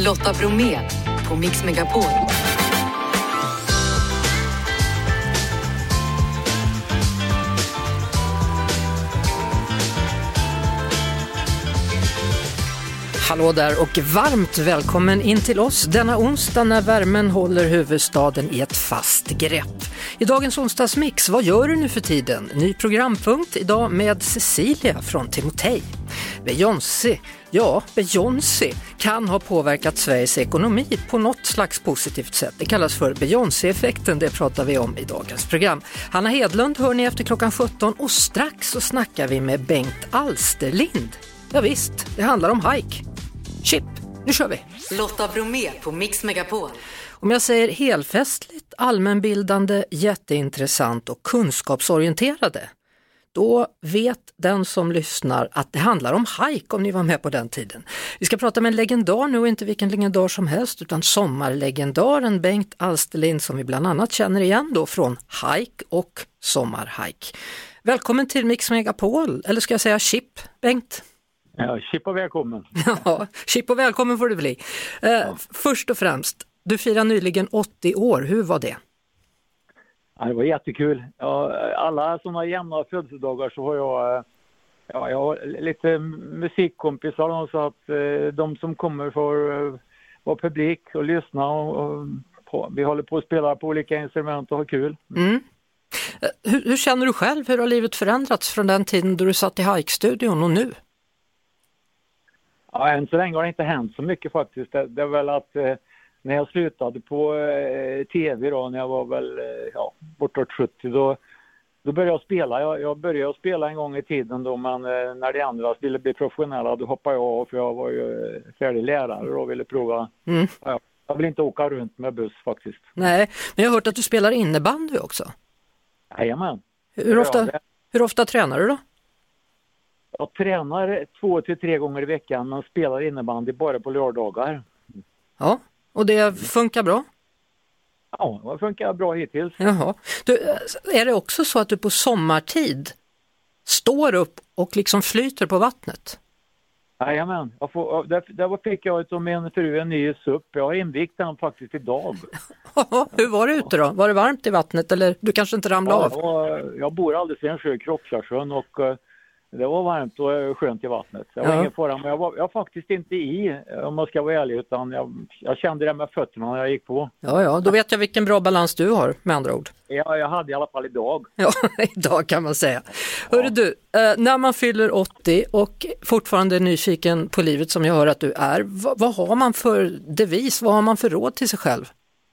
Lotta Bromé på Mix Megapol. Hallå där och varmt välkommen in till oss denna onsdag när värmen håller huvudstaden i ett fast grepp. I dagens onsdagsmix, vad gör du nu för tiden? Ny programpunkt idag med Cecilia från Timotej. Beyoncé kan ha påverkat Sveriges ekonomi på något slags positivt sätt. Det kallas för Beyoncé-effekten, det pratar vi om i dagens program. Hanna Hedlund hör ni efter klockan 17 och strax så snackar vi med Bengt Alsterlind. Ja visst, det handlar om hike. Chip, nu kör vi! Lotta Bromé på Mix Megapol. Om jag säger helfestligt, allmänbildande, jätteintressant och kunskapsorienterade, då vet den som lyssnar att det handlar om hike om ni var med på den tiden. Vi ska prata med en legendar nu och inte vilken legendar som helst utan sommarlegendaren Bengt Alsterlind som vi bland annat känner igen då från hike och sommarhike. Välkommen till Mix Megapol, eller ska jag säga Chip, Bengt? Ja, Chip och välkommen. Ja, Chip och välkommen får det bli. Först och främst, du firar nyligen 80 år, hur var det? Ja, det var jättekul. Ja, alla sådana jämna födelsedagar så har jag har lite musikkompisar så att de som kommer får vara publik och lyssna och vi håller på att spela på olika instrument och ha kul. Mm. Hur känner du själv? Hur har livet förändrats från den tiden då du satt i hike-studion och nu? Ja, än så länge har det inte hänt så mycket faktiskt. Det är väl att när jag slutade på tv då, när jag var väl bortåt 70, då började jag spela. Jag började spela en gång i tiden då, men när de andra ville bli professionella då hoppade jag av för jag var ju färdig lärare och ville prova. Mm. Jag vill inte åka runt med buss faktiskt. Nej, men jag har hört att du spelar innebandy också. Jajamän. Hur ofta tränar du då? Jag tränar 2 till 3 gånger i veckan men spelar innebandy bara på lördagar. Ja, och det funkar bra? Ja, det funkar bra hittills. Jaha. Är det också så att du på sommartid står upp och liksom flyter på vattnet? Jajamän, där fick jag av min fru en ny SUP. Jag har invigt den faktiskt idag. Hur var det ute då? Var det varmt i vattnet eller du kanske inte ramlade av? Jag bor alldeles i en sjö, Kroppsarsjön, och det var varmt och skönt i vattnet. Jag var ingen fara, men jag var faktiskt inte i, om man ska vara ärlig, utan jag kände det med fötterna när jag gick på. Ja, då vet jag vilken bra balans du har, med andra ord. Ja, jag hade i alla fall idag. Ja, idag kan man säga. Ja. Hörru du, när man fyller 80 och fortfarande är nyfiken på livet som jag hör att du är, vad har man för devis, vad har man för råd till sig själv?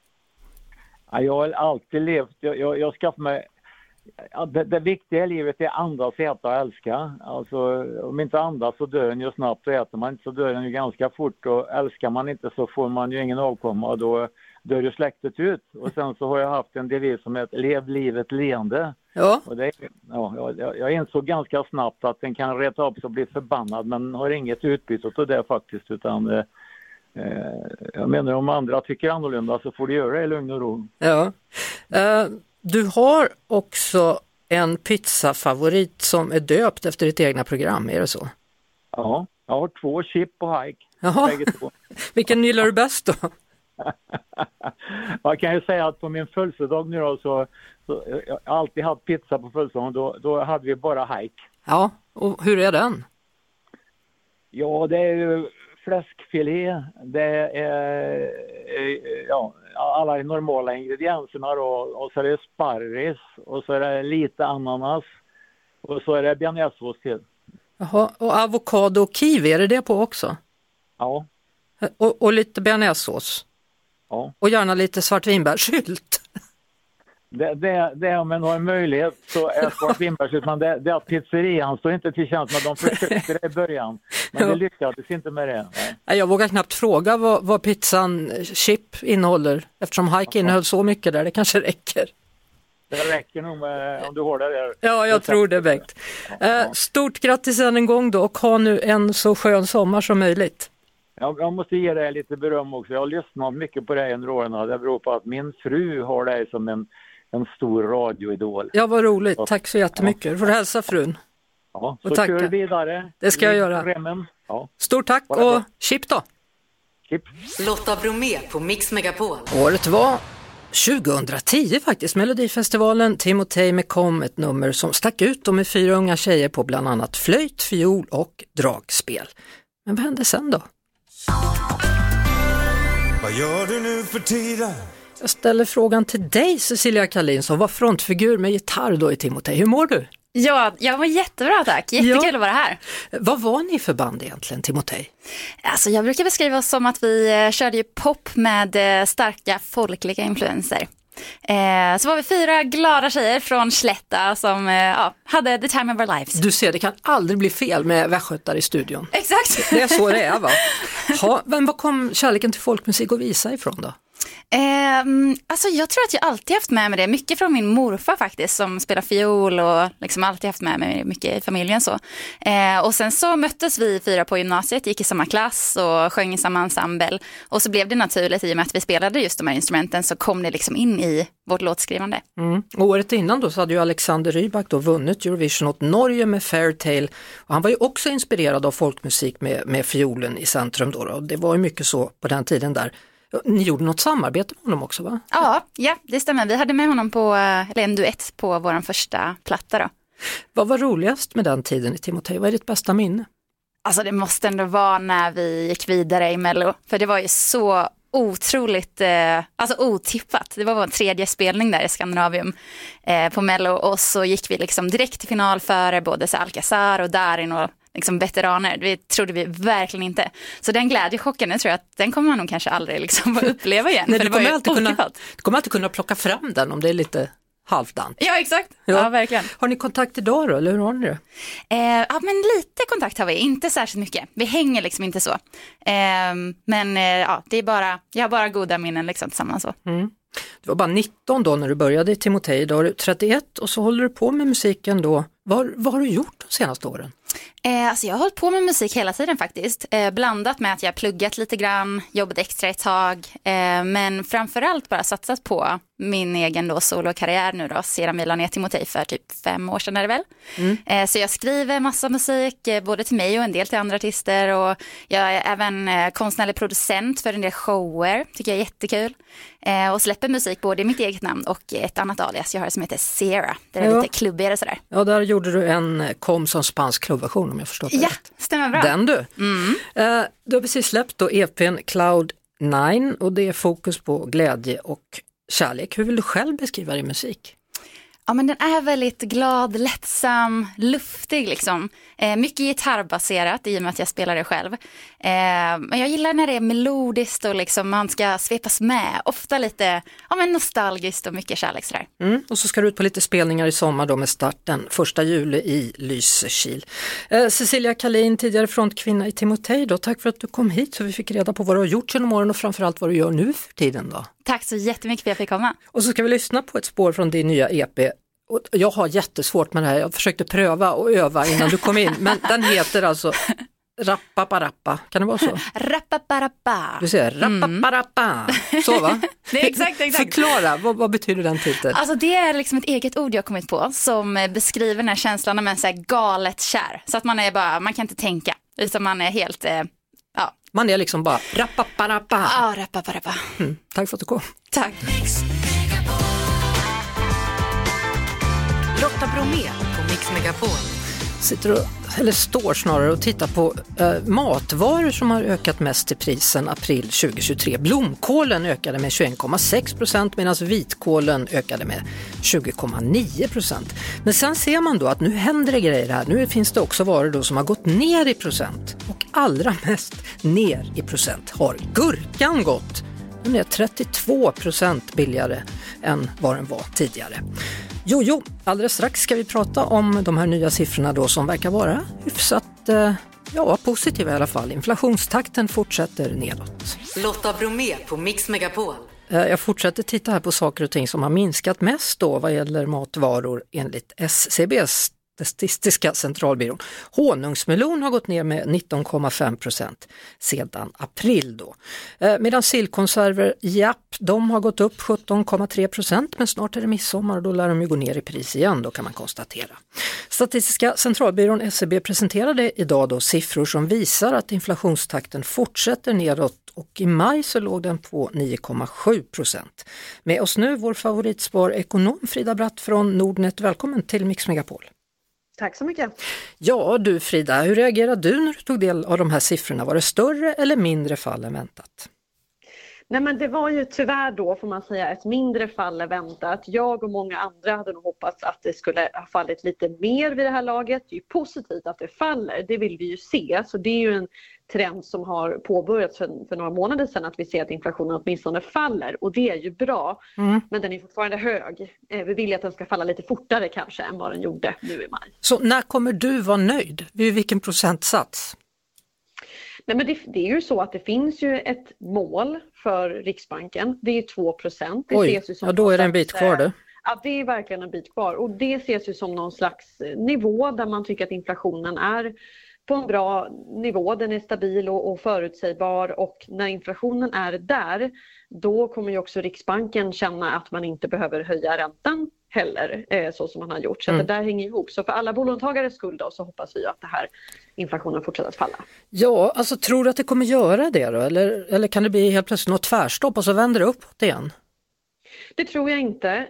Ja, jag har alltid levt, jag skaffade mig. Ja, det viktiga i livet är andas, äta och älska. Alltså, om inte andas så dör den ju snabbt, och äter man inte så dör den ju ganska fort, och älskar man inte så får man ju ingen avkomma och då dör ju släktet ut. Och sen så har jag haft en devis som heter lev livet leende. Ja. Och jag insåg ganska snabbt att den kan reta upp sig och bli förbannad men har inget utbyte av det faktiskt, utan jag menar om andra tycker annorlunda så får de göra det i lugn och ro. Ja. Du har också en pizzafavorit som är döpt efter ditt egna program, är det så? Ja, jag har 2 chip och hike. Jaha. Vilken gillar du bäst då? Jag kan ju säga att på min födelsedag nu då, så jag har alltid haft pizza på födelsedagen, då hade vi bara hike. Ja, och hur är den? Ja, det är ju fläskfilé, det är alla de normala ingredienserna då, och så är det sparris och så är det lite ananas och så är det bearnaisesås till. Jaha, och avokado och kiwi, är det på också? Ja. Och lite bearnaisesås? Ja. Och gärna lite svartvinbärssylt? Det om man har en möjlighet så är svartvinbärssylt, men det är att pizzerian står inte till tjänst, men de försökte det i början. Men det lyckades inte med det. Nej. Jag vågar knappt fråga vad pizzan chip innehåller, eftersom hike innehöll så mycket där, det kanske räcker. Det räcker nog med, om du har det där. Ja, jag tror det, Bengt. Stort grattis än en gång då, och ha nu en så skön sommar som möjligt. Jag måste ge dig lite beröm också. Jag har lyssnat mycket på dig under åren. Det beror på att min fru har dig som en stor radioidol. Ja, vad roligt. Tack så jättemycket. Du får hälsa frun. Ja, så kör vidare. Det ska jag göra. Ja. Stort tack och chip då. Chip. Lotta Bromé på Mix Megapol. Året var 2010 faktiskt, Melodifestivalen. Timotej med Kom, ett nummer som stack ut med 4 unga tjejer på bland annat flöjt, fiol och dragspel. Men vad hände sen då? Vad gör du nu för tiden? Jag ställer frågan till dig, Cecilia Karlin, som var frontfigur med gitarr då i Timotej. Hur mår du? Ja, jag var jättebra tack. Jättekul att vara här. Vad var ni för band egentligen, Timotej? Alltså, jag brukar beskriva oss som att vi körde ju pop med starka folkliga influenser. Så var vi 4 glada tjejer från Slätta som hade the time of our lives. Du ser, det kan aldrig bli fel med västgötar i studion. Exakt. Det är så det är, va? Men vad kom kärleken till folkmusik och visa ifrån då? Alltså jag tror att jag alltid haft med mig det. Mycket från min morfar faktiskt, som spelar fiol och liksom alltid haft med mig mycket i familjen så. Och sen så möttes vi 4 på gymnasiet, gick i samma klass och sjöng i samma ensemble. Och så blev det naturligt i och med att vi spelade just de här instrumenten, så kom det liksom in i vårt låtskrivande. Året innan då så hade ju Alexander Rybak då vunnit Eurovision åt Norge med Fairytale. Och han var ju också inspirerad av folkmusik med fiolen i centrum då. Och det var ju mycket så på den tiden där. Ni gjorde något samarbete med honom också, va? Ja, det stämmer. Vi hade med honom på en duett på vår första platta då. Vad var roligast med den tiden i Timotej? Vad är ditt bästa minne? Alltså det måste ändå vara när vi gick vidare i Mello. För det var ju så otroligt otippat. Det var vår 3:e spelning där i Skandinavium på Mello. Och så gick vi liksom direkt till final före både Alcazar och Darin och liksom veteraner. Det trodde vi verkligen inte. Så den glädjechocken, jag tror att den kommer man nog kanske aldrig liksom få uppleva igen. Nej, för du kommer alltid kunna plocka fram den om det är lite halvdant. Ja, exakt. Ja, verkligen. Har ni kontakt idag då, eller hur har ni det? Ja, men lite kontakt har vi. Inte särskilt mycket. Vi hänger liksom inte så. Men det är bara, jag har bara goda minnen liksom tillsammans så. Du var bara 19 då när du började i Timotej. Då är du 31 och så håller du på med musiken då. Vad har du gjort de senaste åren? Alltså jag har hållit på med musik hela tiden faktiskt. Blandat med att jag har pluggat lite grann, jobbat extra ett tag. Men framförallt bara satsat på min egen då solokarriär nu då. Sedan vi la ner Timotej för typ 5 år sedan är det väl. Så jag skriver massa musik, både till mig och en del till andra artister. Och jag är även konstnärlig producent för en del shower, tycker jag är jättekul. Och släpper musik både i mitt eget namn och ett annat alias jag har som heter Sierra. Det är lite klubbigare sådär. Ja, där gjorde du en Kom som spansk klubbversion om jag förstått det rätt. Ja, stämmer bra. Den du. Du har precis släppt då EP:n Cloud 9 och det är fokus på glädje och kärlek. Hur vill du själv beskriva din musik? Ja, men den är väldigt glad, lättsam, luftig liksom. Mycket gitarrbaserat i och med att jag spelar det själv. Men jag gillar när det är melodiskt och liksom man ska svepas med. Ofta lite nostalgiskt och mycket kärlek sådär. Och så ska du ut på lite spelningar i sommar då med starten 1 juli i Lysekil. Cecilia Karlin, tidigare frontkvinna i Timotej då. Tack för att du kom hit så vi fick reda på vad du har gjort genom åren och framförallt vad du gör nu för tiden då. Tack så jättemycket för att jag fick komma. Och så ska vi lyssna på ett spår från din nya EP. Och jag har jättesvårt med det här. Jag försökte pröva och öva innan du kom in. Men den heter alltså Rappaparappa. Kan det vara så? Rappaparappa. Du säger Rappaparappa. Så va? Det är exakt. Förklara, vad betyder den titeln? Alltså det är liksom ett eget ord jag kommit på som beskriver den här känslan när man är så här galet kär. Så att man kan inte tänka. Utan man är helt... Man är liksom bara Rappaparappa. Ja, Rappaparappa. Tack för att du kom. Tack. Lotta Bromé på Mix Megapol. Står snarare och tittar på matvaror som har ökat mest i prisen april 2023. Blomkålen ökade med 21,6% medan vitkålen ökade med 20,9%. Men sen ser man då att nu händer det grejer här. Nu finns det också varor då som har gått ner i procent. Och allra mest ner i procent har gurkan gått. Den är 32% billigare än vad den var tidigare. Alldeles strax ska vi prata om de här nya siffrorna då som verkar vara hyfsat positiva i alla fall. Inflationstakten fortsätter nedåt. Lotta Bromé på Mix Megapol. Jag fortsätter titta här på saker och ting som har minskat mest då vad gäller matvaror enligt SCBs Statistiska centralbyrån. Honungsmelon har gått ner med 19,5% sedan april då. Medan sillkonserver, de har gått upp 17,3%, men snart är det midsommar och då lär de ju gå ner i pris igen då, kan man konstatera. Statistiska centralbyrån SCB presenterade idag då siffror som visar att inflationstakten fortsätter nedåt och i maj så låg den på 9,7%. Med oss nu vår favoritsparekonom Frida Bratt från Nordnet. Välkommen till Mix Megapol. Tack så mycket. Ja du Frida, hur reagerade du när du tog del av de här siffrorna? Var det större eller mindre fall än väntat? Nej, men det var ju tyvärr då, får man säga, ett mindre fall än väntat. Jag och många andra hade nog hoppats att det skulle ha fallit lite mer vid det här laget. Det är ju positivt att det faller, det vill vi ju se. Så det är ju en trend som har påbörjats för några månader sedan, att vi ser att inflationen åtminstone faller. Och det är ju bra, men den är fortfarande hög. Vi vill att den ska falla lite fortare kanske än vad den gjorde nu i maj. Så när kommer du vara nöjd? Vid vilken procentsats? Nej, men det är ju så att det finns ju ett mål för Riksbanken. Det är 2%. Oj, ja, då är det en bit kvar det. Ja, det är verkligen en bit kvar. Och det ses ju som någon slags nivå där man tycker att inflationen är på en bra nivå. Den är stabil och förutsägbar. Och när inflationen är där, då kommer ju också Riksbanken känna att man inte behöver höja räntan heller, så som man har gjort. Så det där hänger ihop. Så för alla bolåntagares skull då, så hoppas vi att det här inflationen fortsätter att falla. Ja, alltså tror du att det kommer göra det då? Eller kan det bli helt plötsligt något tvärstopp och så vänder det uppåt igen? Det tror jag inte.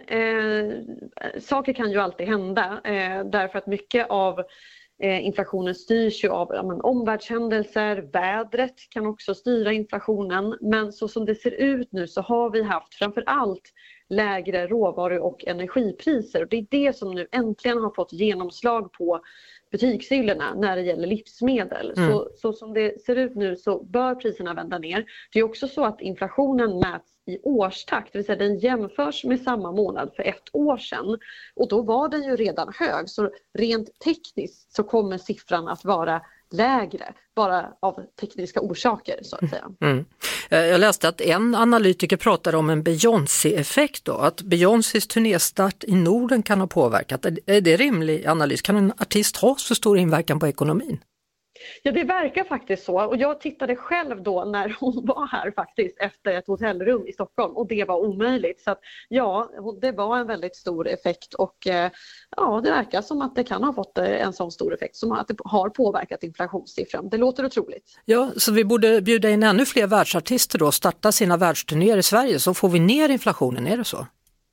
Saker kan ju alltid hända. Därför att mycket av inflationen styrs ju av omvärldshändelser, vädret kan också styra inflationen. Men så som det ser ut nu så har vi haft framför allt lägre råvaru- och energipriser. Och det är det som nu äntligen har fått genomslag på butikshyllorna när det gäller livsmedel. Så som det ser ut nu så bör priserna vända ner. Det är också så att inflationen mäts i årstakt, det vill säga den jämförs med samma månad för ett år sedan. Och då var den ju redan hög, så rent tekniskt så kommer siffran att vara lägre, bara av tekniska orsaker så att säga. Jag läste att en analytiker pratade om en Beyoncé-effekt då, att Beyoncés turnéstart i Norden kan ha påverkat. Är det rimlig analys? Kan en artist ha så stor inverkan på ekonomin? Ja, det verkar faktiskt så. Och jag tittade själv då när hon var här faktiskt efter ett hotellrum i Stockholm och det var omöjligt. Så att, ja, det var en väldigt stor effekt och ja, det verkar som att det kan ha fått en sån stor effekt som att det har påverkat inflationssiffran. Det låter otroligt. Ja, så vi borde bjuda in ännu fler världsartister då, starta sina världsturnéer i Sverige så får vi ner inflationen, är det så?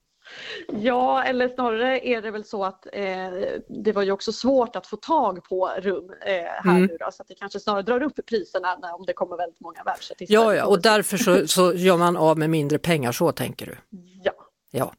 Ja, eller snarare är det väl så att det var ju också svårt att få tag på rum här nu då, så att det kanske snarare drar upp priserna om det kommer väldigt många världsartister. Ja, och därför så gör man av med mindre pengar, så tänker du? Ja.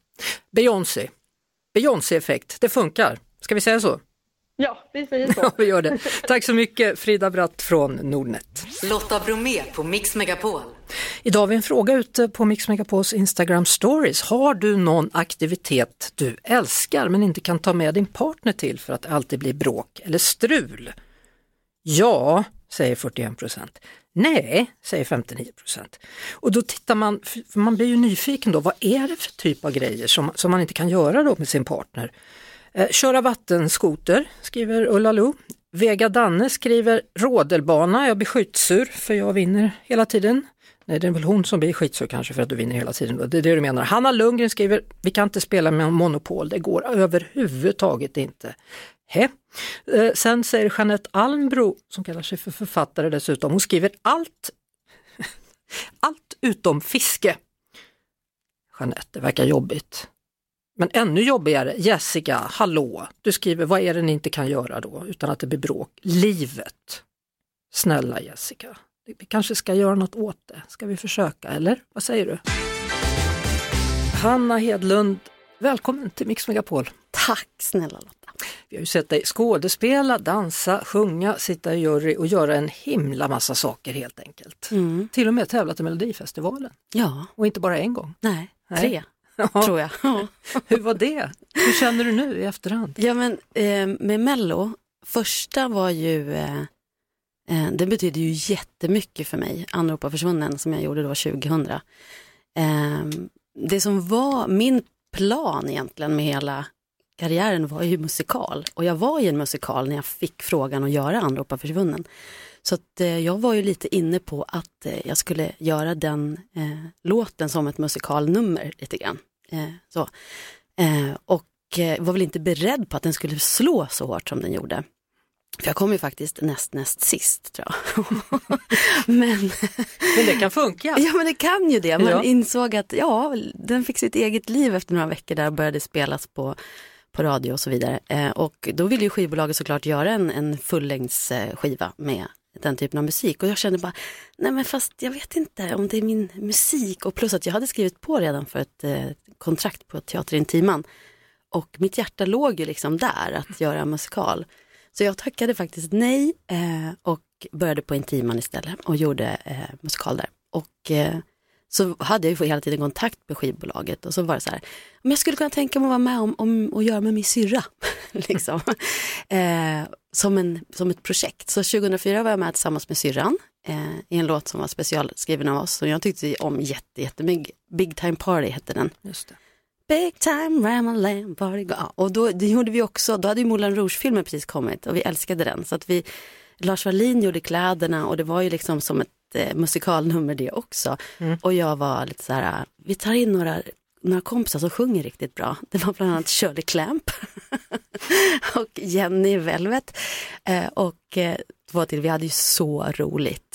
Beyoncé-effekt, det funkar. Ska vi säga så? Ja, vi säger så. Ja, vi gör det. Tack så mycket Frida Bratt från Nordnet. Lotta Bromé på Mix Megapol. Idag har vi en fråga ute på Mix Megapols Instagram Stories. Har du någon aktivitet du älskar men inte kan ta med din partner till för att det alltid blir bråk eller strul? Ja, säger 41%. Nej, säger 59%. Och då tittar man, för man blir ju nyfiken då, vad är det för typ av grejer som man inte kan göra då med sin partner? Köra vattenskoter, skriver Ulla Lo. Vega Danne skriver rådelbana, jag blir skitsur för jag vinner hela tiden. Nej, det är väl hon som blir skitsur kanske för att du vinner hela tiden då. Det är det du menar. Hanna Lundgren skriver, vi kan inte spela med Monopol, det går överhuvudtaget inte. Sen säger Jeanette Almbro, som kallar sig för författare dessutom, hon skriver allt utom fiske. Jeanette, det verkar jobbigt. Men ännu jobbigare, Jessica, hallå, du skriver, vad är det ni inte kan göra då utan att det blir bråk? Livet. Snälla Jessica, vi kanske ska göra något åt det. Ska vi försöka, eller? Vad säger du? Hanna Hedlund, välkommen till Mix Megapol. Tack snälla Lotta. Vi har ju sett dig skådespela, dansa, sjunga, sitta i jury och göra en himla massa saker helt enkelt. Till och med tävlat i Melodifestivalen. Ja. Och inte bara en gång. Nej. 3. Tror jag. Hur var det? Hur känner du nu i efterhand? Ja, men med Mello, första var ju, det betydde ju jättemycket för mig, Anropa försvunnen som jag gjorde då 2000. Det som var min plan egentligen med hela karriären var ju musikal. Och jag var i en musikal när jag fick frågan att göra Anropa försvunnen. Så att, jag var ju lite inne på att jag skulle göra den låten som ett musikalnummer lite grann. Och var väl inte beredd på att den skulle slå så hårt som den gjorde. För jag kom ju faktiskt näst sist, tror jag. men det kan funka. Ja, men det kan ju det. Man insåg att den fick sitt eget liv efter några veckor där och började spelas på radio och så vidare. Och då ville ju skivbolaget såklart göra en fullängdsskiva med den typen av musik. Och jag kände bara, nej men fast jag vet inte om det är min musik. Och plus att jag hade skrivit på redan för ett kontrakt på Teater Intiman. Och mitt hjärta låg ju liksom där att göra musikal. Så jag tackade faktiskt nej och började på Intiman istället och gjorde musikal där. Och så hade jag ju hela tiden kontakt med skivbolaget och så var det så här, om jag skulle kunna tänka mig att vara med om och göra med min syrra liksom. Som ett projekt. Så 2004 var jag med tillsammans med syrran i en låt som var specialskriven av oss och jag tyckte om jättemycket. Big Time Party hette den. Just det. Big Time Ramalan Party. Och det gjorde vi också, då hade ju Moulin Rouge-filmen precis kommit och vi älskade den. Så att Lars Wallin gjorde kläderna och det var ju liksom som ett musikalnummer det också. Och jag var lite så här, vi tar in några kompisar som sjunger riktigt bra. Det var bland annat Shirley Clamp och Jenny Velvet och två till. Vi hade ju så roligt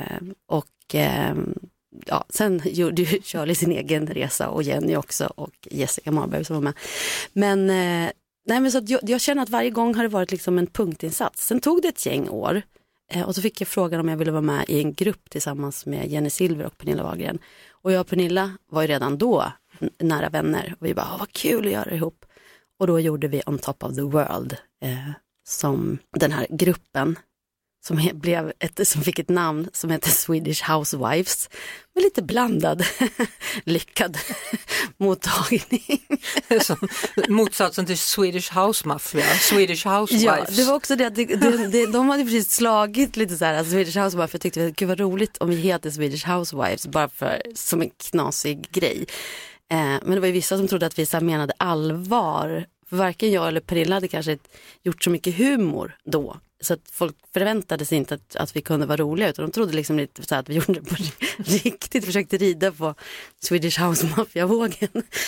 sen gjorde ju Shirley sin egen resa och Jenny också och Jessica Marberg som var med. Men så att jag känner att varje gång har det varit liksom en punktinsats. Sen tog det ett gäng år och så fick jag frågan om jag ville vara med i en grupp tillsammans med Jenny Silver och Pernilla Wahlgren. Och jag och Pernilla var ju redan då nära vänner och vi bara, vad kul att göra ihop. Och då gjorde vi On Top of the World som den här gruppen som fick ett namn som heter Swedish Housewives med lite blandad lyckad mottagning. Motsatsen till Swedish House Mafia, Swedish Housewives. Ja, det var också det att de hade precis slagit lite så här, alltså Swedish House Mafia. Jag tyckte gud vad roligt om vi heter Swedish Housewives bara som en knasig grej. Men det var ju vissa som trodde att vi så menade allvar. För varken jag eller Pernilla hade kanske gjort så mycket humor då. Så att folk förväntade sig inte att vi kunde vara roliga utan de trodde liksom lite så att vi gjorde det på riktigt, försökte rida på Swedish House Mafia-vågen.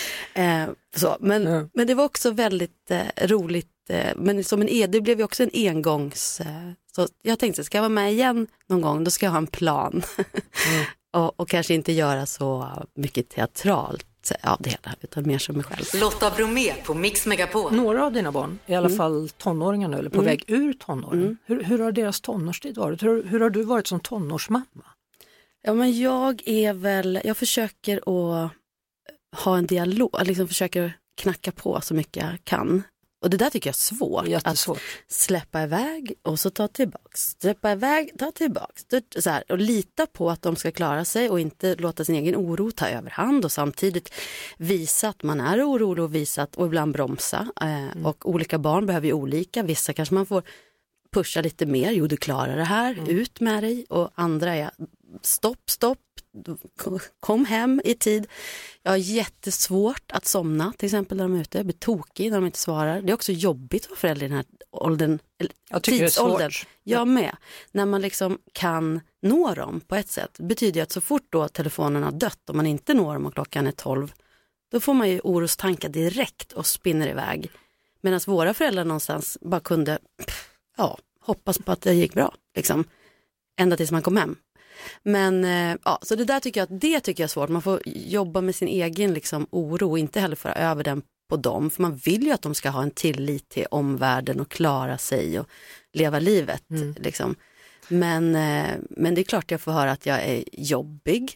Men det var också väldigt roligt. Men som det blev ju också en engångs... Så jag tänkte, ska jag vara med igen någon gång, då ska jag ha en plan. och kanske inte göra så mycket teatralt av det hela, utan mer som mig själv. Lotta Bromé på Mix Megapol. Några av dina barn, i alla fall tonåringar nu, eller på väg ur tonåren. Hur har deras tonårstid varit? Hur har du varit som tonårsmamma? Ja, men jag försöker att ha en dialog, liksom försöker knacka på så mycket jag kan. Och det där tycker jag är svårt. Jättesvårt. Att släppa iväg och så ta tillbaks. Släppa iväg, ta tillbaks. Så här, och lita på att de ska klara sig och inte låta sin egen oro ta överhand. Och samtidigt visa att man är orolig och ibland bromsa. Och olika barn behöver ju olika. Vissa kanske man får pusha lite mer. Jo, du klarar det här. Ut med dig. Och andra är stopp. Kom hem i tid. Jag har jättesvårt att somna till exempel när de är ute. Jag blir tokig när de inte svarar. Det är också jobbigt att vara förälder i den här åldern. Jag tycker tidsåldern. Det är svårt. Jag med. När man liksom kan nå dem på ett sätt. Det betyder att så fort då telefonen har dött och man inte når dem och klockan är 12, då får man ju orostankar direkt och spinner iväg. Medan våra föräldrar någonstans bara kunde hoppas på att det gick bra. Liksom. Ända tills man kom hem. Men så det där tycker jag är svårt. Man får jobba med sin egen liksom, oro och inte heller föra över den på dem. För man vill ju att de ska ha en tillit till omvärlden och klara sig och leva livet. Liksom. Men det är klart jag får höra att jag är jobbig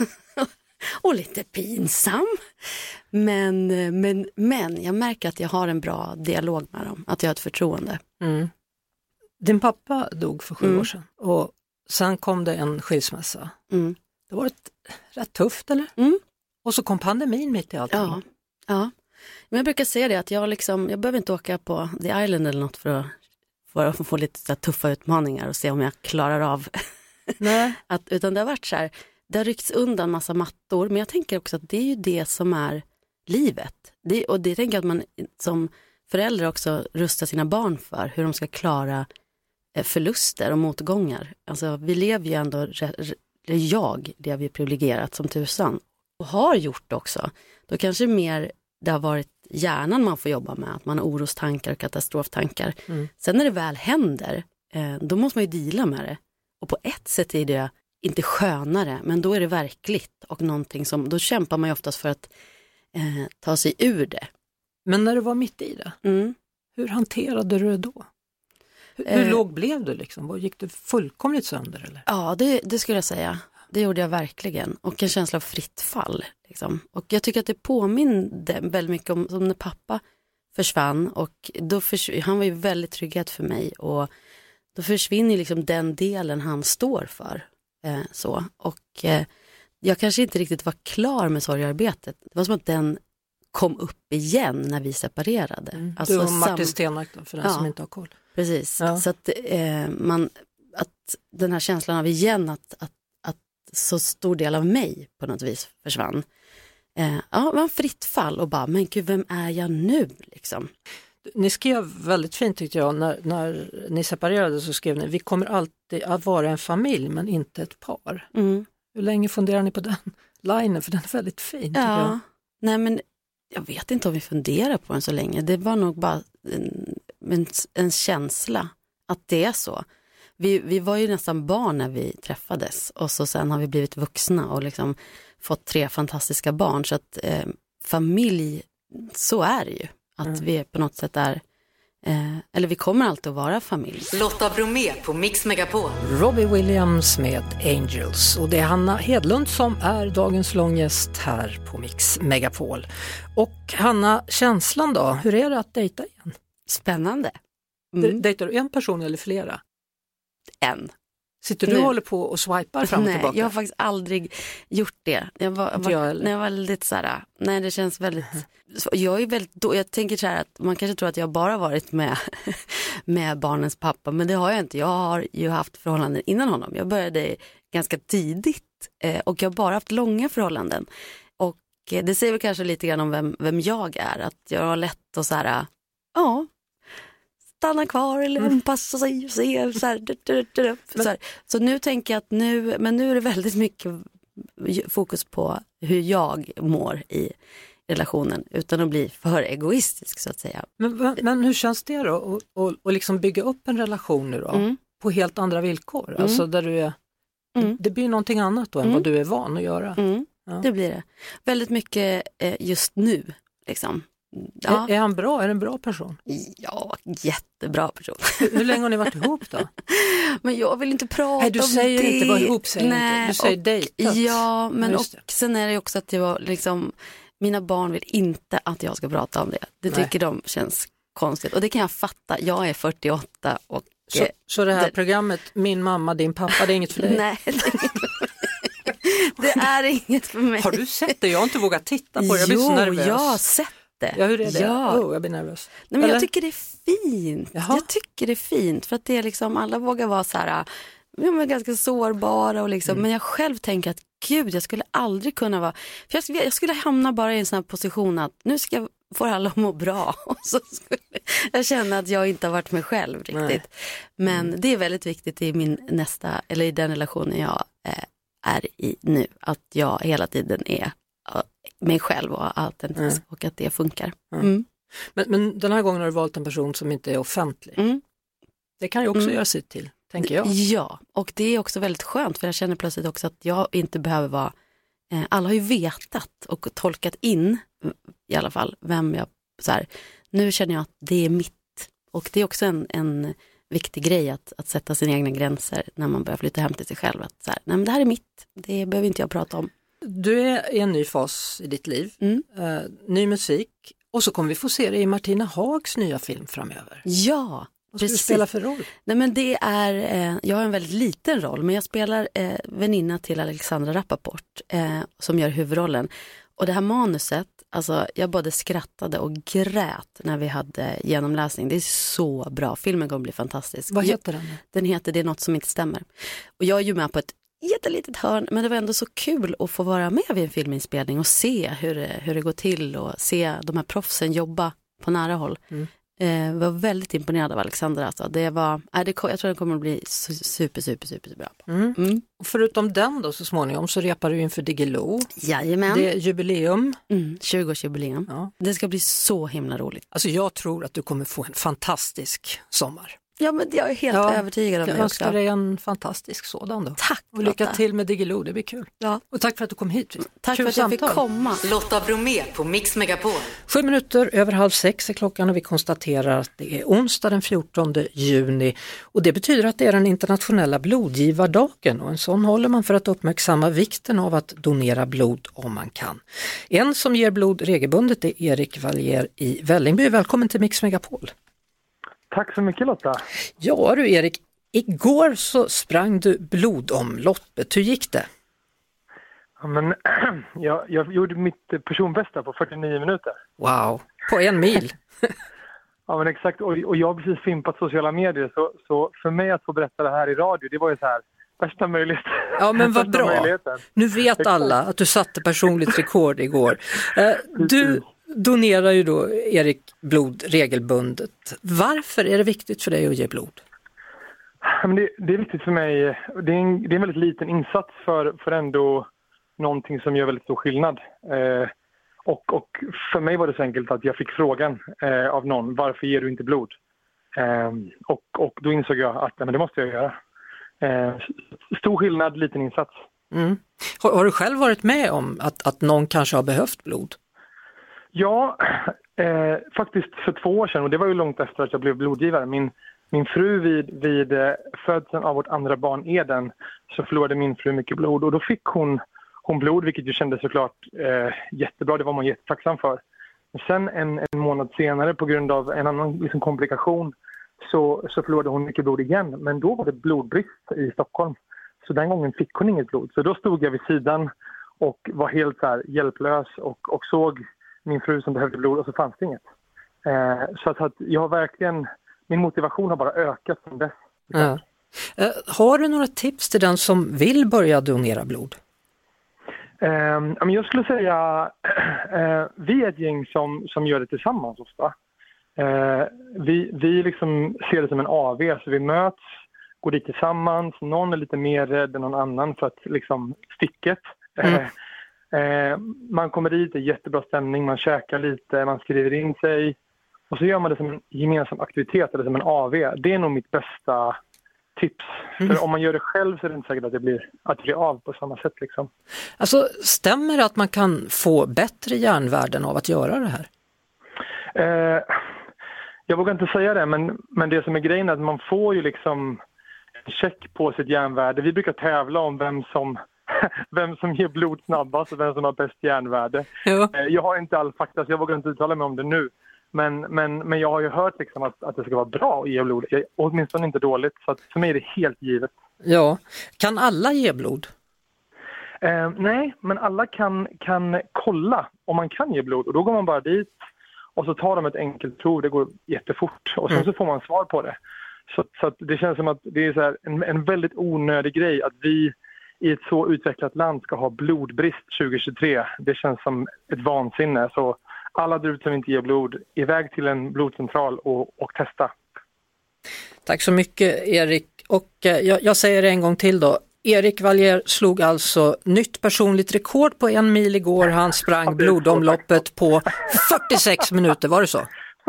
och lite pinsam. Men jag märker att jag har en bra dialog med dem. Att jag har ett förtroende. Din pappa dog för 7 år sedan och sen kom det en skilsmässa. Det var rätt tufft, eller? Och så kom pandemin mitt i allting. Ja. Men jag brukar säga det att jag behöver inte åka på The Island eller något för att få lite så tuffa utmaningar och se om jag klarar av. Nej. Utan det har varit så här, det har ryckts undan massa mattor. Men jag tänker också att det är ju det som är livet. Och det tänker jag att man som föräldrar också rusta sina barn för hur de ska klara förluster och motgångar. Alltså vi lever ju ändå, jag lever ju privilegierat som tusan och har gjort också. Då kanske mer det har varit hjärnan man får jobba med, att man har orostankar och katastroftankar. Sen när det väl händer, då måste man ju deala med det. Och på ett sätt är det inte skönare, men då är det verkligt och någonting som, då kämpar man ju oftast för att ta sig ur det. Men när du var mitt i det, hur hanterade du det då? Hur låg blev du liksom? Gick du fullkomligt sönder eller? Ja, det skulle jag säga. Det gjorde jag verkligen. Och en känsla av fritt fall. Liksom. Och jag tycker att det påminde väldigt mycket om när pappa försvann. Och då han var ju väldigt trygghet för mig. Och då försvinner liksom den delen han står för. Så. Och jag kanske inte riktigt var klar med sorgarbetet. Det var som att den kom upp igen när vi separerade. Alltså, du och Martin Stenmark då, för den som inte har koll. Precis. Ja. Så att, att den här känslan av igen att så stor del av mig på något vis försvann. Det var en fritt fall och bara, men gud, vem är jag nu liksom? Ni skrev väldigt fint tyckte jag, när ni separerade så skrev ni, vi kommer alltid att vara en familj men inte ett par. Hur länge funderar ni på den linen? För den är väldigt fin. Ja, nej men jag vet inte om vi funderar på den så länge. Det var nog bara en känsla att det är så. Vi var ju nästan barn när vi träffades och så sen har vi blivit vuxna och liksom fått 3 fantastiska barn. Så att familj, så är det ju. Att vi på något sätt är, eller vi kommer alltid att vara familj. Lotta Bromé på Mix Megapol. Robbie Williams med Angels. Och det är Hanna Hedlund som är dagens långgäst här på Mix Megapol. Och Hanna, känslan då? Hur är det att dejta igen? Spännande. Dejtar du en person eller flera? En. Sitter du och håller på och swipar fram och tillbaka? Nej, jag har faktiskt aldrig gjort det. Jag var lite så här, nej det känns väldigt, jag är väldigt, jag tänker så här att man kanske tror att jag bara varit med barnens pappa, men det har jag inte. Jag har ju haft förhållanden innan honom. Jag började ganska tidigt och jag har bara haft långa förhållanden. Och det säger väl kanske lite grann om vem jag är, att jag har lätt att så här, stanna kvar eller anpassa sig och se så här. Så nu tänker jag att nu är det väldigt mycket fokus på hur jag mår i relationen utan att bli för egoistisk så att säga. Men hur känns det då att liksom bygga upp en relation nu då på helt andra villkor? Alltså där du är, det blir någonting annat då än vad du är van att göra. Ja. Det blir det. Väldigt mycket just nu liksom. Ja. Är han bra? Är det en bra person? Ja, jättebra person. Hur länge har ni varit ihop då? Men jag vill inte prata om det. Du säger inte vara ihop, säger du säger dejtat. Ja, men och sen är det också att det var liksom, mina barn vill inte att jag ska prata om det. Det tycker de känns konstigt. Och det kan jag fatta. Jag är 48 och... Så det här programmet, min mamma, din pappa, det är inget för dig? Nej, det är inget för mig. Har du sett det? Jag har inte vågat titta på det. Jag blir så nervös. Jag har sett det. Ja, hur är det? Ja. Jag blir nervös. Nej, men jag tycker det är fint. Jaha. Jag tycker det är fint för att det är liksom, alla vågar vara så här, ganska sårbara och liksom, men jag själv tänker att gud, jag skulle aldrig kunna vara, för jag skulle hamna bara i en sån här position att nu ska jag få alla att må bra och så skulle jag känna att jag inte har varit mig själv riktigt. Nej. Men det är väldigt viktigt i min nästa, eller i den relationen jag är i nu, att jag hela tiden är mig själv och autentisk och att det funkar. Men den här gången har du valt en person som inte är offentlig. Det kan ju också göra sitt till, tänker jag. Ja, och det är också väldigt skönt för jag känner plötsligt också att jag inte behöver vara, alla har ju vetat och tolkat in i alla fall vem jag, så här, nu känner jag att det är mitt, och det är också en viktig grej att sätta sina egna gränser när man börjar flytta hem till sig själv, att så här, nej men det här är mitt, det behöver inte jag prata om. Du är i en ny fas i ditt liv, ny musik, och så kommer vi få se det i Martina Haags nya film framöver. Ja, vad ska du spela för roll? Nej, men det är, jag har en väldigt liten roll, men jag spelar väninna till Alexandra Rappaport som gör huvudrollen. Och det här manuset, alltså jag både skrattade och grät när vi hade genomläsning. Det är så bra, filmen kommer bli fantastisk. Vad heter den? Den heter Det är något som inte stämmer. Och jag är ju med på ett jättelitet hörn, men det var ändå så kul att få vara med vid en filminspelning och se hur det går till och se de här proffsen jobba på nära håll. Var väldigt imponerad av Alexander. Alltså. Jag tror det kommer att bli super bra. Och förutom den då så småningom så repar du inför Diggiloo. Jajamän. Det är jubileum. 20-årsjubileum. Ja. Det ska bli så himla roligt. Alltså jag tror att du kommer få en fantastisk sommar. Ja, men jag är helt övertygad om det. Jag önskar dig en fantastisk sådan då. Tack. Och lycka till med Diggiloo, det blir kul. Ja. Och tack för att du kom hit. Tack kul för att jag fick komma. Lotta Bromé på Mix Megapol. 7:07 är klockan och vi konstaterar att det är onsdag den 14 juni. Och det betyder att det är den internationella blodgivardagen. Och en sån håller man för att uppmärksamma vikten av att donera blod om man kan. En som ger blod regelbundet är Erik Vallier i Vällingby. Välkommen till Mix Megapol. Tack så mycket Lotta. Ja du Erik, igår så sprang du blodomloppet. Hur gick det? Ja, men, jag gjorde mitt personbästa på 49 minuter. Wow, på 1 mil. Ja men exakt, och jag har precis fimpat sociala medier så för mig att få berätta det här i radio, det var ju så här värsta möjlighet. Ja men vad bra, nu vet alla att du satte personligt rekord igår. Du donerar ju då Erik blod regelbundet. Varför är det viktigt för dig att ge blod? Men det är viktigt för mig, det är en väldigt liten insats för ändå någonting som gör väldigt stor skillnad. Och för mig var det så enkelt att jag fick frågan av någon, varför ger du inte blod? Och då insåg jag att men det måste jag göra. Stor skillnad, liten insats. Har du själv varit med om att någon kanske har behövt blod? Ja, faktiskt för 2 år sedan, och det var ju långt efter att jag blev blodgivare. Min fru vid födseln av vårt andra barn Eden så förlorade min fru mycket blod och då fick hon blod, vilket ju kändes såklart jättebra, det var man jättetacksam för. Men sen en månad senare på grund av en annan liksom, komplikation så förlorade hon mycket blod igen, men då var det blodbrist i Stockholm. Så den gången fick hon inget blod. Så då stod jag vid sidan och var helt så här, hjälplös och såg min fru som behövde blod och så fanns det inget. Så att jag har verkligen, min motivation har bara ökat från dess. Ja. Har du några tips till den som vill börja donera blod? Jag skulle säga vi är ett gäng som gör det tillsammans ofta. Vi liksom ser det som en AV, så vi möts, går dit tillsammans, någon är lite mer rädd än någon annan för att liksom sticket. Man kommer dit, det är jättebra stämning, man käkar lite, man skriver in sig och så gör man det som en gemensam aktivitet eller som en AV. Det är nog mitt bästa tips. För om man gör det själv så är det inte säkert att det blir av på samma sätt. Liksom. Alltså, stämmer det att man kan få bättre järnvärden av att göra det här? Jag vågar inte säga det, men det som är grejen är att man får ju liksom check på sitt järnvärde. Vi brukar tävla om vem som ger blod snabbast och vem som har bäst järnvärde. Ja. Jag har inte all fakta så jag vågar inte uttala mig om det nu. Men jag har ju hört liksom att det ska vara bra att ge blod. Åtminstone inte dåligt, så att för mig är det helt givet. Ja, kan alla ge blod? Nej, men alla kan kolla om man kan ge blod. Och då går man bara dit och så tar de ett enkelt prov. Det går jättefort och sen så får man svar på det. Så att det känns som att det är så här en väldigt onödig grej att vi i ett så utvecklat land ska ha blodbrist 2023. Det känns som ett vansinne. Så alla där ute som inte ger blod, iväg till en blodcentral och testa. Tack så mycket Erik. Och jag säger det en gång till då. Erik Vallier slog alltså nytt personligt rekord på 1 mil igår. Han sprang blodomloppet på 46 minuter, var det så?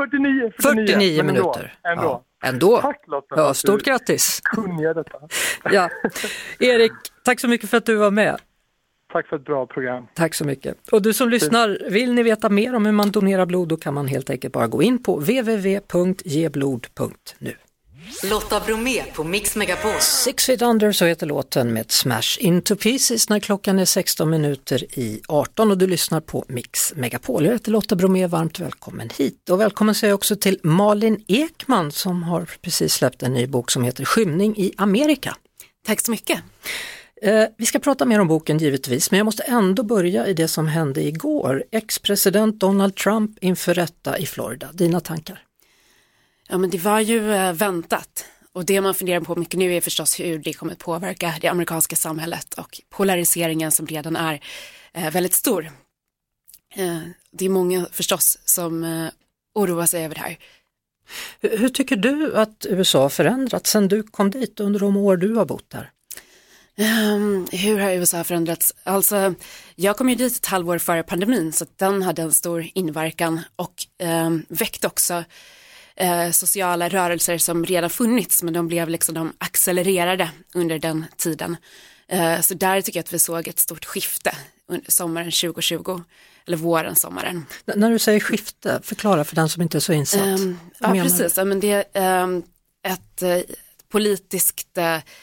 49 minuter. Ändå. Tack Lotta. Ja, stort grattis. Kunniga detta. Ja. Erik, tack så mycket för att du var med. Tack för ett bra program. Tack så mycket. Och du som lyssnar, vill ni veta mer om hur man donerar blod, då kan man helt enkelt bara gå in på www.geblod.nu. Lotta Bromé på Mix Megapol. 6 Feet Under, så heter låten, med Smash Into Pieces när klockan är 16 minuter i 18 och du lyssnar på Mix Megapol. Jag heter Lotta Bromé, varmt välkommen hit. Och välkommen säger jag också till Malin Ekman som har precis släppt en ny bok som heter Skymning i Amerika. Tack så mycket. Vi ska prata mer om boken givetvis, men jag måste ändå börja i det som hände igår. Ex-president Donald Trump inför rätta i Florida. Dina tankar? Ja, men det var ju väntat. Och det man funderar på mycket nu är förstås hur det kommer att påverka det amerikanska samhället och polariseringen som redan är väldigt stor. Det är många förstås som oroa sig över det här. Hur tycker du att USA har förändrats sedan du kom dit under de år du har bott där? Hur har USA förändrats? Alltså, jag kom ju dit ett halvår före pandemin, så att den hade en stor inverkan och väckte också sociala rörelser som redan funnits, men de blev liksom, de accelererade under den tiden. Så där tycker jag att vi såg ett stort skifte under sommaren 2020, eller våren, sommaren. När du säger skifte, förklara för den som inte är så insatt. Ja, precis. Men det är ett politiskt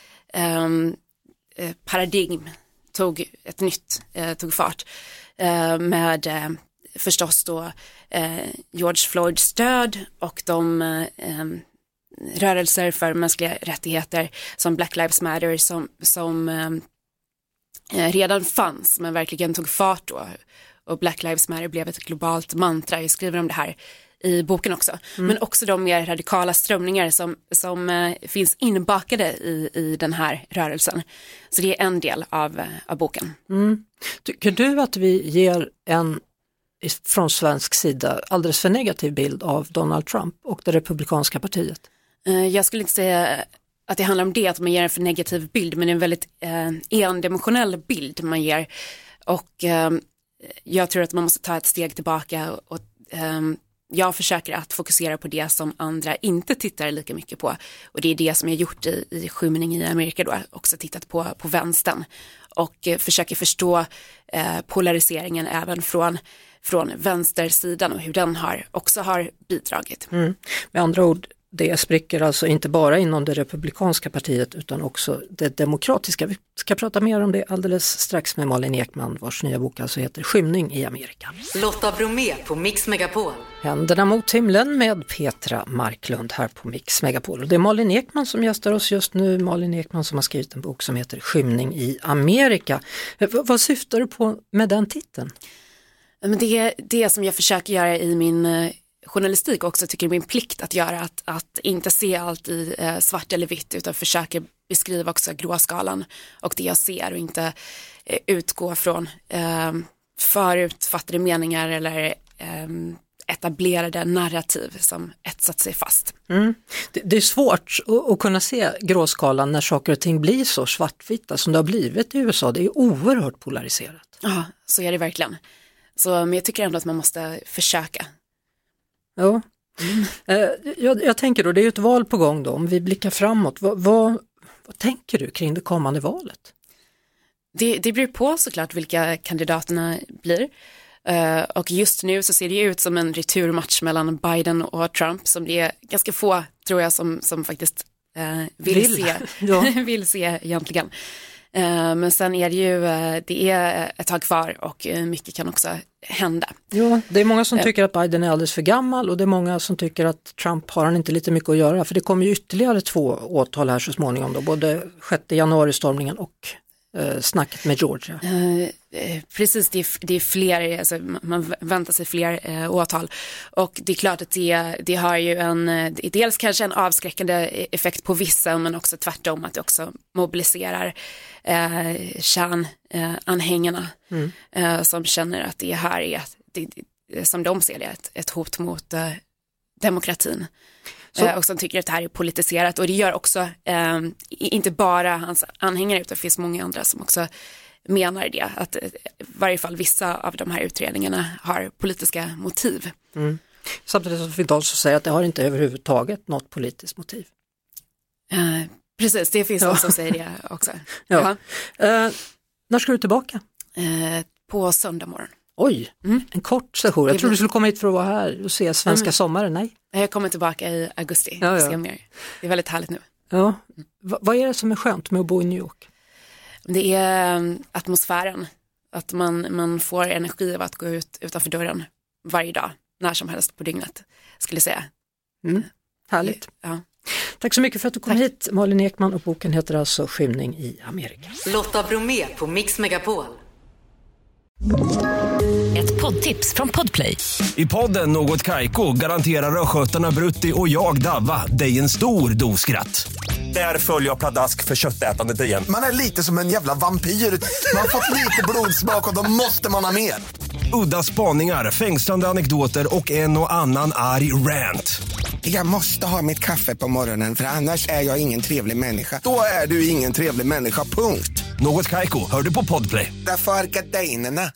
paradigm tog fart med förstås då George Floyds död och de rörelser för mänskliga rättigheter som Black Lives Matter som redan fanns men verkligen tog fart då, och Black Lives Matter blev ett globalt mantra. Jag skriver om det här i boken också, men också de mer radikala strömningar som finns inbakade i den här rörelsen. Så det är en del av boken. Tycker du att vi ger en från svensk sida alldeles för negativ bild av Donald Trump och det republikanska partiet? Jag skulle inte säga att det handlar om det, att man ger en för negativ bild, men det är en väldigt endimensionell bild man ger, och jag tror att man måste ta ett steg tillbaka och jag försöker att fokusera på det som andra inte tittar lika mycket på, och det är det som jag gjort i Skymning i Amerika då, också tittat på vänstern och försöker förstå polariseringen även från vänstersidan och hur den också har bidragit. Med andra ord, det spricker alltså inte bara inom det republikanska partiet utan också det demokratiska. Vi ska prata mer om det alldeles strax med Malin Ekman, vars nya bok alltså heter Skymning i Amerika. Lotta Bromé på Mix Megapol. Händerna mot himlen med Petra Marklund här på Mix Megapol. Och det är Malin Ekman som gästar oss just nu. Malin Ekman som har skrivit en bok som heter Skymning i Amerika. Vad syftar du på med den titeln? Men det är det som jag försöker göra i min journalistik också, tycker det är min plikt att göra, att inte se allt i svart eller vitt, utan försöker beskriva också gråskalan och det jag ser, och inte utgå från förutfattade meningar eller etablerade narrativ som etsat sig fast. Det är svårt att kunna se gråskalan när saker och ting blir så svartvita som det har blivit i USA. Det är oerhört polariserat. Ja, så är det verkligen. Men jag tycker ändå att man måste försöka. Ja. Jag tänker då, det är ju ett val på gång då, om vi blickar framåt. Vad tänker du kring det kommande valet? Det beror på såklart vilka kandidaterna blir. Och just nu så ser det ut som en returmatch mellan Biden och Trump, som det är ganska få, tror jag, som faktiskt vill se egentligen. Men sen är det är ett tag kvar och mycket kan också hända. Ja, det är många som tycker att Biden är alldeles för gammal, och det är många som tycker att Trump har han inte lite mycket att göra, för det kommer ju ytterligare 2 åtal här så småningom då, både 6 januari-stormningen och snacket med Georgia. Precis, det är fler, alltså man väntar sig fler åtal, och det är klart att det har ju dels kanske en avskräckande effekt på vissa, men också tvärtom, att det också mobiliserar kärnanhängarna som känner att det här är som de ser det, ett hot mot demokratin. Och som tycker att det här är politiserat, och det gör också inte bara hans anhängare, utan det finns många andra som också menar det, att i varje fall vissa av de här utredningarna har politiska motiv. Samtidigt som vi också säger att det har inte överhuvudtaget något politiskt motiv. Precis, det finns någon som säger det också. Ja. När ska du tillbaka? På söndag morgon. Oj, en kort session. Jag trodde du skulle komma hit för att vara här och se svenska sommaren. Nej. Jag kommer tillbaka i augusti. Se mer. Det är väldigt härligt nu. Ja. Vad är det som är skönt med att bo i New York? Det är atmosfären. Att man får energi av att gå ut utanför dörren varje dag, när som helst på dygnet, skulle jag säga. Härligt. Ja. Tack så mycket för att du kom hit, Malin Ekman, och boken heter alltså Skymning i Amerika. Lotta Bromé på Mix Megapol. Ett poddtips från Podplay. I podden Något Kaiko garanterar röskötarna Brutti och jag Davva dig en stor doskratt. Där följer jag pladask för köttätandet igen. Man är lite som en jävla vampyr. Man har fått lite blodsmak och då måste man ha mer. Udda spaningar, fängslande anekdoter och en och annan arg rant. Jag måste ha mitt kaffe på morgonen för annars är jag ingen trevlig människa. Då är du ingen trevlig människa, punkt. Något Kaiko, hör du på Podplay. Därför är gardinerna.